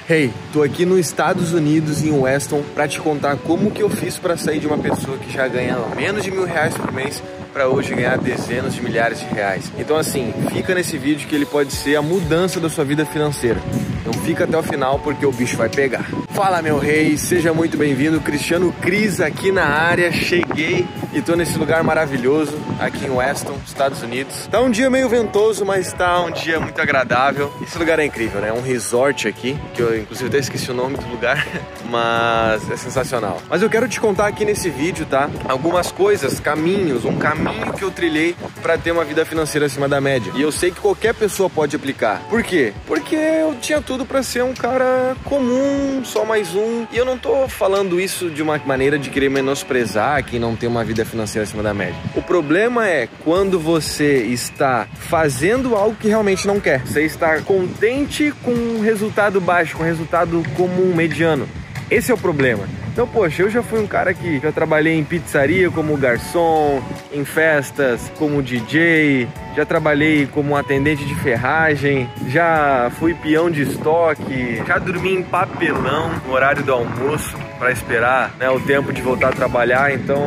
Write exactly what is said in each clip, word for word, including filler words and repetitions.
Hey, tô aqui nos Estados Unidos, em Weston, pra te contar como que eu fiz pra sair de uma pessoa que já ganha menos de mil reais por mês para hoje ganhar dezenas de milhares de reais. Então assim, fica nesse vídeo que ele pode ser a mudança da sua vida financeira. Então fica até o final porque o bicho vai pegar. Fala meu rei, seja muito bem-vindo, Cristiano Cris aqui na área. Cheguei e tô nesse lugar maravilhoso aqui em Weston, Estados Unidos. Tá um dia meio ventoso, mas tá um dia muito agradável. Esse lugar é incrível, né? É um resort aqui, que eu inclusive até esqueci o nome do lugar, mas é sensacional. Mas eu quero te contar aqui nesse vídeo, tá? Algumas coisas, caminhos, um caminho que eu trilhei para ter uma vida financeira acima da média. E eu sei que qualquer pessoa pode aplicar. Por quê? Porque eu tinha tudo para ser um cara comum, só mais um. E eu não tô falando isso de uma maneira de querer menosprezar quem não tem uma vida financeira acima da média. O problema é quando você está fazendo algo que realmente não quer. Você está contente com um resultado baixo, com um resultado comum, mediano. Esse é o problema. Então, poxa, eu já fui um cara que já trabalhei em pizzaria como garçom, em festas como D J, já trabalhei como atendente de ferragem, já fui peão de estoque, já dormi em papelão no horário do almoço para esperar, né, o tempo de voltar a trabalhar. Então,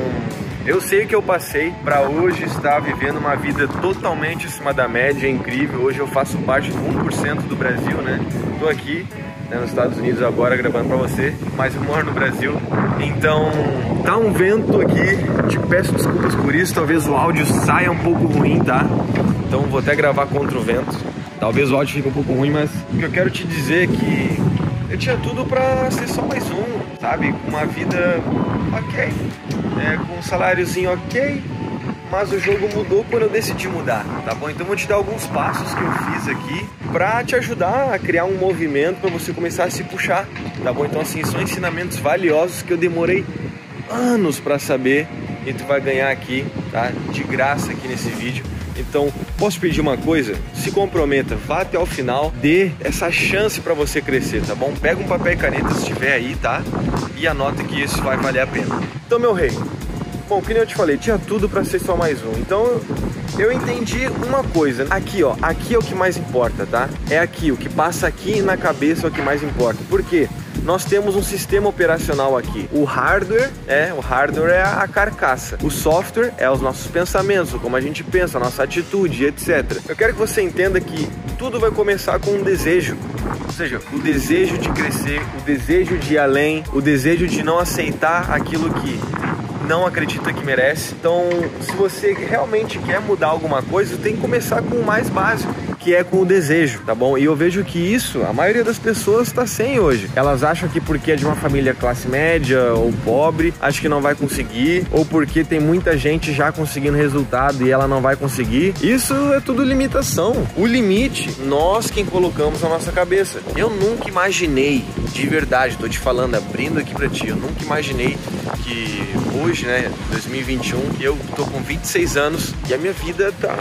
eu sei que eu passei para hoje estar vivendo uma vida totalmente acima da média, é incrível. Hoje eu faço parte do um por cento do Brasil, né? Tô aqui né, nos Estados Unidos agora gravando pra você, mas eu moro no Brasil, então tá um vento aqui, te peço desculpas por isso, talvez o áudio saia um pouco ruim, tá? Então vou até gravar contra o vento, talvez o áudio fique um pouco ruim, mas o que eu quero te dizer é que eu tinha tudo pra ser só mais um, sabe? Uma vida ok, né? Com um saláriozinho ok, mas o jogo mudou quando eu decidi mudar, tá bom? Então eu vou te dar alguns passos que eu fiz aqui pra te ajudar a criar um movimento pra você começar a se puxar, tá bom? Então assim, são ensinamentos valiosos que eu demorei anos pra saber e tu vai ganhar aqui, tá? De graça aqui nesse vídeo. Então, posso pedir uma coisa? Se comprometa, vá até o final, dê essa chance pra você crescer, tá bom? Pega um papel e caneta se tiver aí, tá? E anota que isso vai valer a pena. Então, meu rei, bom, que nem eu te falei, tinha tudo pra ser só mais um. Então eu entendi uma coisa. Aqui, ó, aqui é o que mais importa, tá? É aqui, o que passa aqui na cabeça é o que mais importa. Por quê? Nós temos um sistema operacional aqui. O hardware, é, o hardware é a carcaça. O software é os nossos pensamentos, como a gente pensa, a nossa atitude, etcétera. Eu quero que você entenda que tudo vai começar com um desejo. Ou seja, o desejo de crescer, o desejo de ir além, o desejo de não aceitar aquilo que não acredita que merece. Então, se você realmente quer mudar alguma coisa, tem que começar com o mais básico, que é com o desejo, tá bom? E eu vejo que isso, a maioria das pessoas tá sem hoje. Elas acham que porque é de uma família classe média ou pobre, acho que não vai conseguir, ou porque tem muita gente já conseguindo resultado e ela não vai conseguir. Isso é tudo limitação. O limite, nós quem colocamos na nossa cabeça. Eu nunca imaginei, de verdade, tô te falando, abrindo aqui pra ti, eu nunca imaginei que hoje, né, dois mil e vinte e um, eu tô com vinte e seis anos e a minha vida tá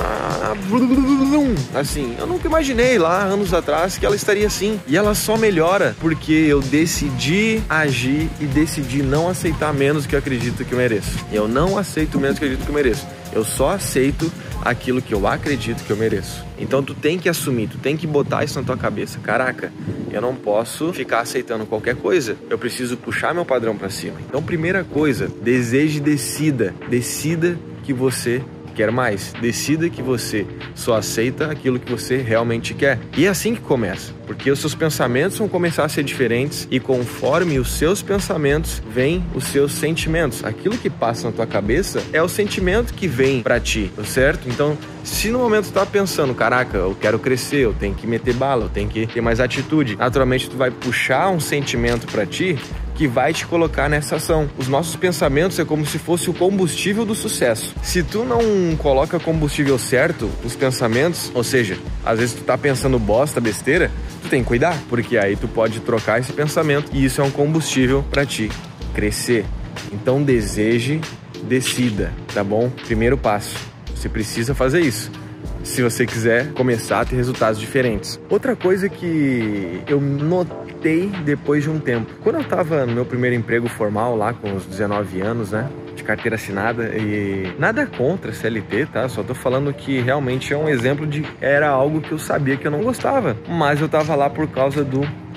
assim, eu nunca imaginei lá anos atrás que ela estaria assim, e ela só melhora porque eu decidi agir e decidi não aceitar menos do que eu acredito que eu mereço. Eu não aceito menos do que eu acredito que eu mereço, eu só aceito aquilo que eu acredito que eu mereço. Então tu tem que assumir, tu tem que botar isso na tua cabeça. Caraca, eu não posso ficar aceitando qualquer coisa, eu preciso puxar meu padrão pra cima. Então primeira coisa, deseje e decida, decida que você quer mais, decida que você só aceita aquilo que você realmente quer. E é assim que começa, porque os seus pensamentos vão começar a ser diferentes e conforme os seus pensamentos vêm os seus sentimentos. Aquilo que passa na tua cabeça é o sentimento que vem pra ti, certo? Então, se no momento tu tá pensando, caraca, eu quero crescer, eu tenho que meter bala, eu tenho que ter mais atitude, naturalmente tu vai puxar um sentimento pra ti que vai te colocar nessa ação. Os nossos pensamentos é como se fosse o combustível do sucesso. Se tu não coloca combustível certo, os pensamentos, ou seja, às vezes tu tá pensando bosta, besteira, tu tem que cuidar, porque aí tu pode trocar esse pensamento e isso é um combustível pra ti crescer. Então deseje, decida, tá bom? Primeiro passo, você precisa fazer isso se você quiser começar a ter resultados diferentes. Outra coisa que eu notei depois de um tempo, quando eu tava no meu primeiro emprego formal lá com os dezenove anos, né, de carteira assinada, e nada contra C L T, tá? Só tô falando que realmente é um exemplo de era algo que eu sabia que eu não gostava, mas eu tava lá por causa do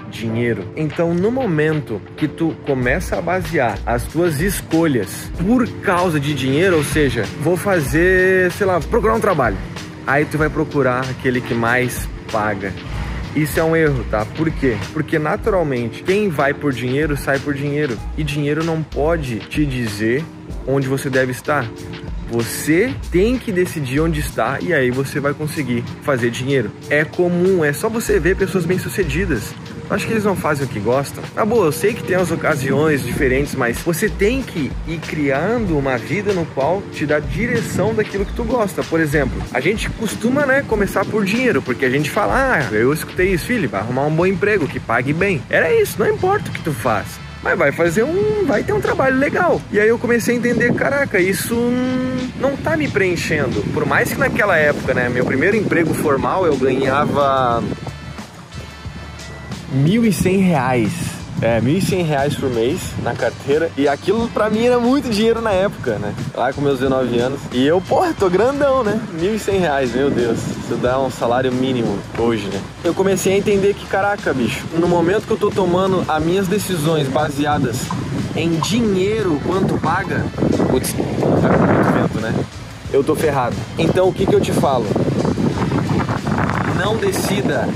dinheiro. Então, no momento que tu começa a basear as tuas escolhas por causa de dinheiro, ou seja, vou fazer, sei lá, procurar um trabalho. Aí tu vai procurar aquele que mais paga. Isso é um erro, tá? Por quê? Porque naturalmente quem vai por dinheiro sai por dinheiro. E dinheiro não pode te dizer onde você deve estar. Você tem que decidir onde está e aí você vai conseguir fazer dinheiro. É comum, é só você ver pessoas bem-sucedidas. Acho que eles não fazem o que gostam. Ah, boa, eu sei que tem as ocasiões diferentes, mas você tem que ir criando uma vida no qual te dá direção daquilo que tu gosta. Por exemplo, a gente costuma, né, começar por dinheiro, porque a gente fala, ah, eu escutei isso, filho, vai arrumar um bom emprego, que pague bem. Era isso, não importa o que tu faz. Mas vai fazer um... vai ter um trabalho legal. E aí eu comecei a entender, caraca, isso não tá me preenchendo. Por mais que naquela época, né, meu primeiro emprego formal eu ganhava mil e cem reais. É, mil e cem reais por mês na carteira. E aquilo pra mim era muito dinheiro na época, né? Lá com meus dezenove anos. E eu, porra, tô grandão, né? mil e cem reais, meu Deus. Isso dá um salário mínimo hoje, né? Eu comecei a entender que, caraca, bicho, no momento que eu tô tomando as minhas decisões baseadas em dinheiro, quanto paga, putz, tá com muito vento, né? Eu tô ferrado. Então, o que que eu te falo? Não decida.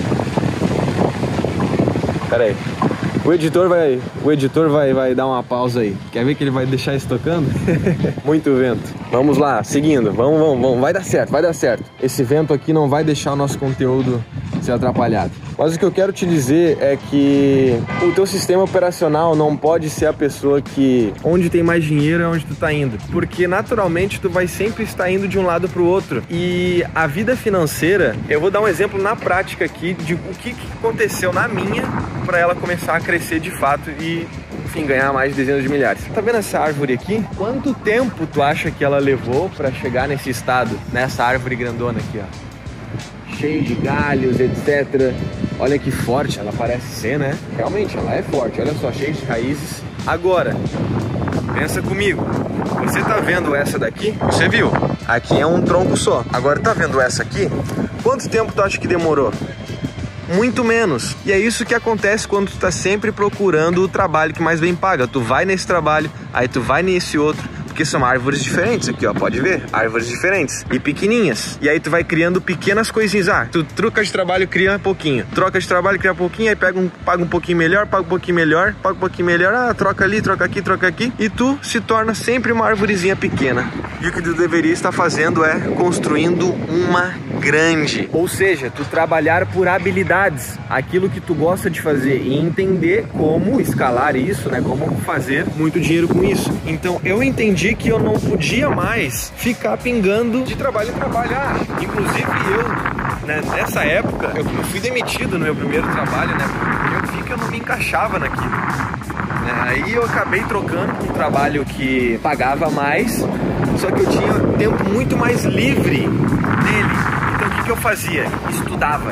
Pera aí. O editor vai, o editor vai, vai dar uma pausa aí. Quer ver que ele vai deixar isso tocando? Muito vento. Vamos lá, seguindo. Vamos, vamos, vamos. Vai dar certo, vai dar certo. Esse vento aqui não vai deixar o nosso conteúdo ser atrapalhado. Mas o que eu quero te dizer é que o teu sistema operacional não pode ser a pessoa que onde tem mais dinheiro é onde tu tá indo. Porque naturalmente tu vai sempre estar indo de um lado pro outro. E a vida financeira, eu vou dar um exemplo na prática aqui de o que, que aconteceu na minha para ela começar a crescer de fato e, enfim, ganhar mais de dezenas de milhares. Tá vendo essa árvore aqui? Quanto tempo tu acha que ela levou para chegar nesse estado, nessa árvore grandona aqui, ó? Cheio de galhos, etcétera. Olha que forte ela parece ser, né? Realmente, ela é forte. Olha só, cheia de raízes. Agora, pensa comigo. Você tá vendo essa daqui? Você viu? Aqui é um tronco só. Agora, tá vendo essa aqui? Quanto tempo tu acha que demorou? Muito menos. E é isso que acontece quando tu tá sempre procurando o trabalho que mais bem paga. Tu vai nesse trabalho, aí tu vai nesse outro. Porque são árvores diferentes aqui, ó, pode ver? Árvores diferentes e pequenininhas. E aí tu vai criando pequenas coisinhas. Ah, tu troca de trabalho, cria um pouquinho. Troca de trabalho, cria um pouquinho. Aí pega um, paga um pouquinho melhor, paga um pouquinho melhor, paga um pouquinho melhor. Ah, troca ali, troca aqui, troca aqui. E tu se torna sempre uma árvorezinha pequena. E o que tu deveria estar fazendo é construindo uma grande. Ou seja, tu trabalhar por habilidades. Aquilo que tu gosta de fazer e entender como escalar isso, né? Como fazer muito dinheiro com isso. Então eu entendi que eu não podia mais ficar pingando de trabalho em trabalho. Ah, inclusive eu, né, nessa época, eu fui demitido no meu primeiro trabalho, né? Porque eu vi que eu não me encaixava naquilo. Né? Aí eu acabei trocando um trabalho que pagava mais, só que eu tinha tempo muito mais livre nele. Então o que que eu fazia? Estudava.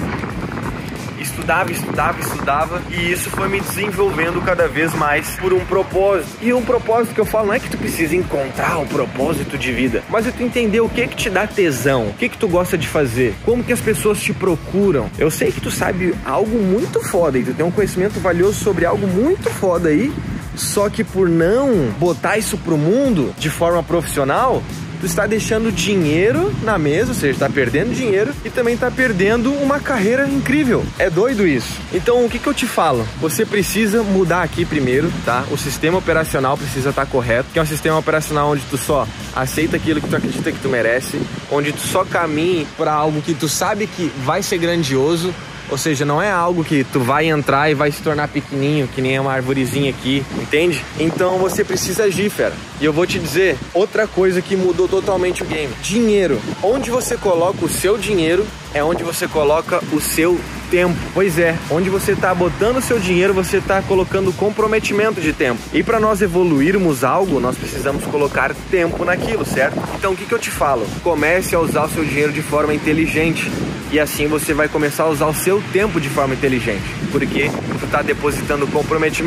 Estudava, estudava, estudava e isso foi me desenvolvendo cada vez mais por um propósito. E um propósito que eu falo não é que tu precisa encontrar o propósito de vida, mas é tu entender o que que te dá tesão, o que que tu gosta de fazer, como que as pessoas te procuram. Eu sei que tu sabe algo muito foda e tu tem um conhecimento valioso sobre algo muito foda aí, só que por não botar isso pro mundo de forma profissional, tu está deixando dinheiro na mesa, ou seja, está perdendo dinheiro e também está perdendo uma carreira incrível. É doido isso. Então, o que que eu te falo? Você precisa mudar aqui primeiro, tá? O sistema operacional precisa estar correto, que é um sistema operacional onde tu só aceita aquilo que tu acredita que tu merece, onde tu só caminhe para algo que tu sabe que vai ser grandioso. Ou seja, não é algo que tu vai entrar e vai se tornar pequenininho, que nem uma arvorezinha aqui, entende? Então você precisa agir, fera. E eu vou te dizer, outra coisa que mudou totalmente o game. Dinheiro. Onde você coloca o seu dinheiro é onde você coloca o seu tempo. Pois é, onde você tá botando o seu dinheiro, você tá colocando comprometimento de tempo. E para nós evoluirmos algo, nós precisamos colocar tempo naquilo, certo? Então o que que eu te falo? Comece a usar o seu dinheiro de forma inteligente. E assim você vai começar a usar o seu tempo de forma inteligente. Porque tu tá depositando comprometimento.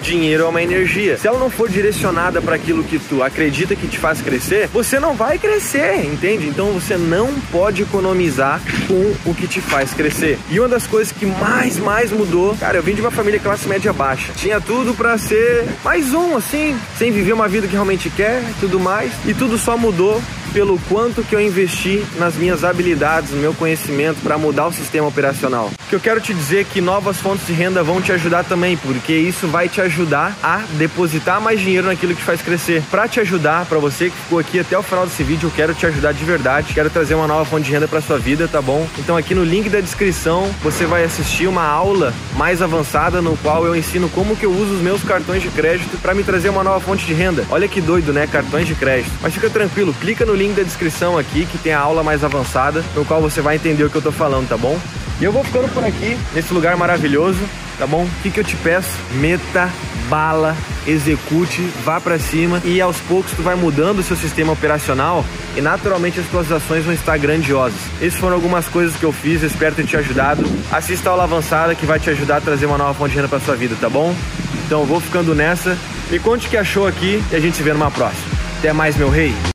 dinheiro é uma energia. Se ela não for direcionada para aquilo que tu acredita que te faz crescer, você não vai crescer, entende? Então você não pode economizar com o que te faz crescer. E uma das coisas que mais, mais mudou, cara, eu vim de uma família classe média baixa. Tinha tudo para ser mais um, assim, sem viver uma vida que realmente quer e tudo mais. E tudo só mudou pelo quanto que eu investi nas minhas habilidades, no meu conhecimento para mudar o sistema operacional. O que eu quero te dizer é que novas fontes de renda vão te ajudar também, porque isso vai te ajudar a depositar mais dinheiro naquilo que te faz crescer. Para te ajudar, para você que ficou aqui até o final desse vídeo, eu quero te ajudar de verdade, quero trazer uma nova fonte de renda para sua vida, tá bom? Então aqui no link da descrição você vai assistir uma aula mais avançada no qual eu ensino como que eu uso os meus cartões de crédito para me trazer uma nova fonte de renda. Olha que doido, né? Cartões de crédito. Mas fica tranquilo, clica no link da descrição aqui que tem a aula mais avançada, no qual você vai entender o que eu tô falando, tá bom? E eu vou ficando por aqui, nesse lugar maravilhoso, tá bom? O que que eu te peço? Meta bala, execute, vá pra cima e aos poucos tu vai mudando o seu sistema operacional e naturalmente as tuas ações vão estar grandiosas. Essas foram algumas coisas que eu fiz, eu espero ter te ajudado. Assista a aula avançada que vai te ajudar a trazer uma nova fonte de renda pra sua vida, tá bom? Então eu vou ficando nessa. Me conte o que achou aqui e a gente se vê numa próxima. Até mais, meu rei!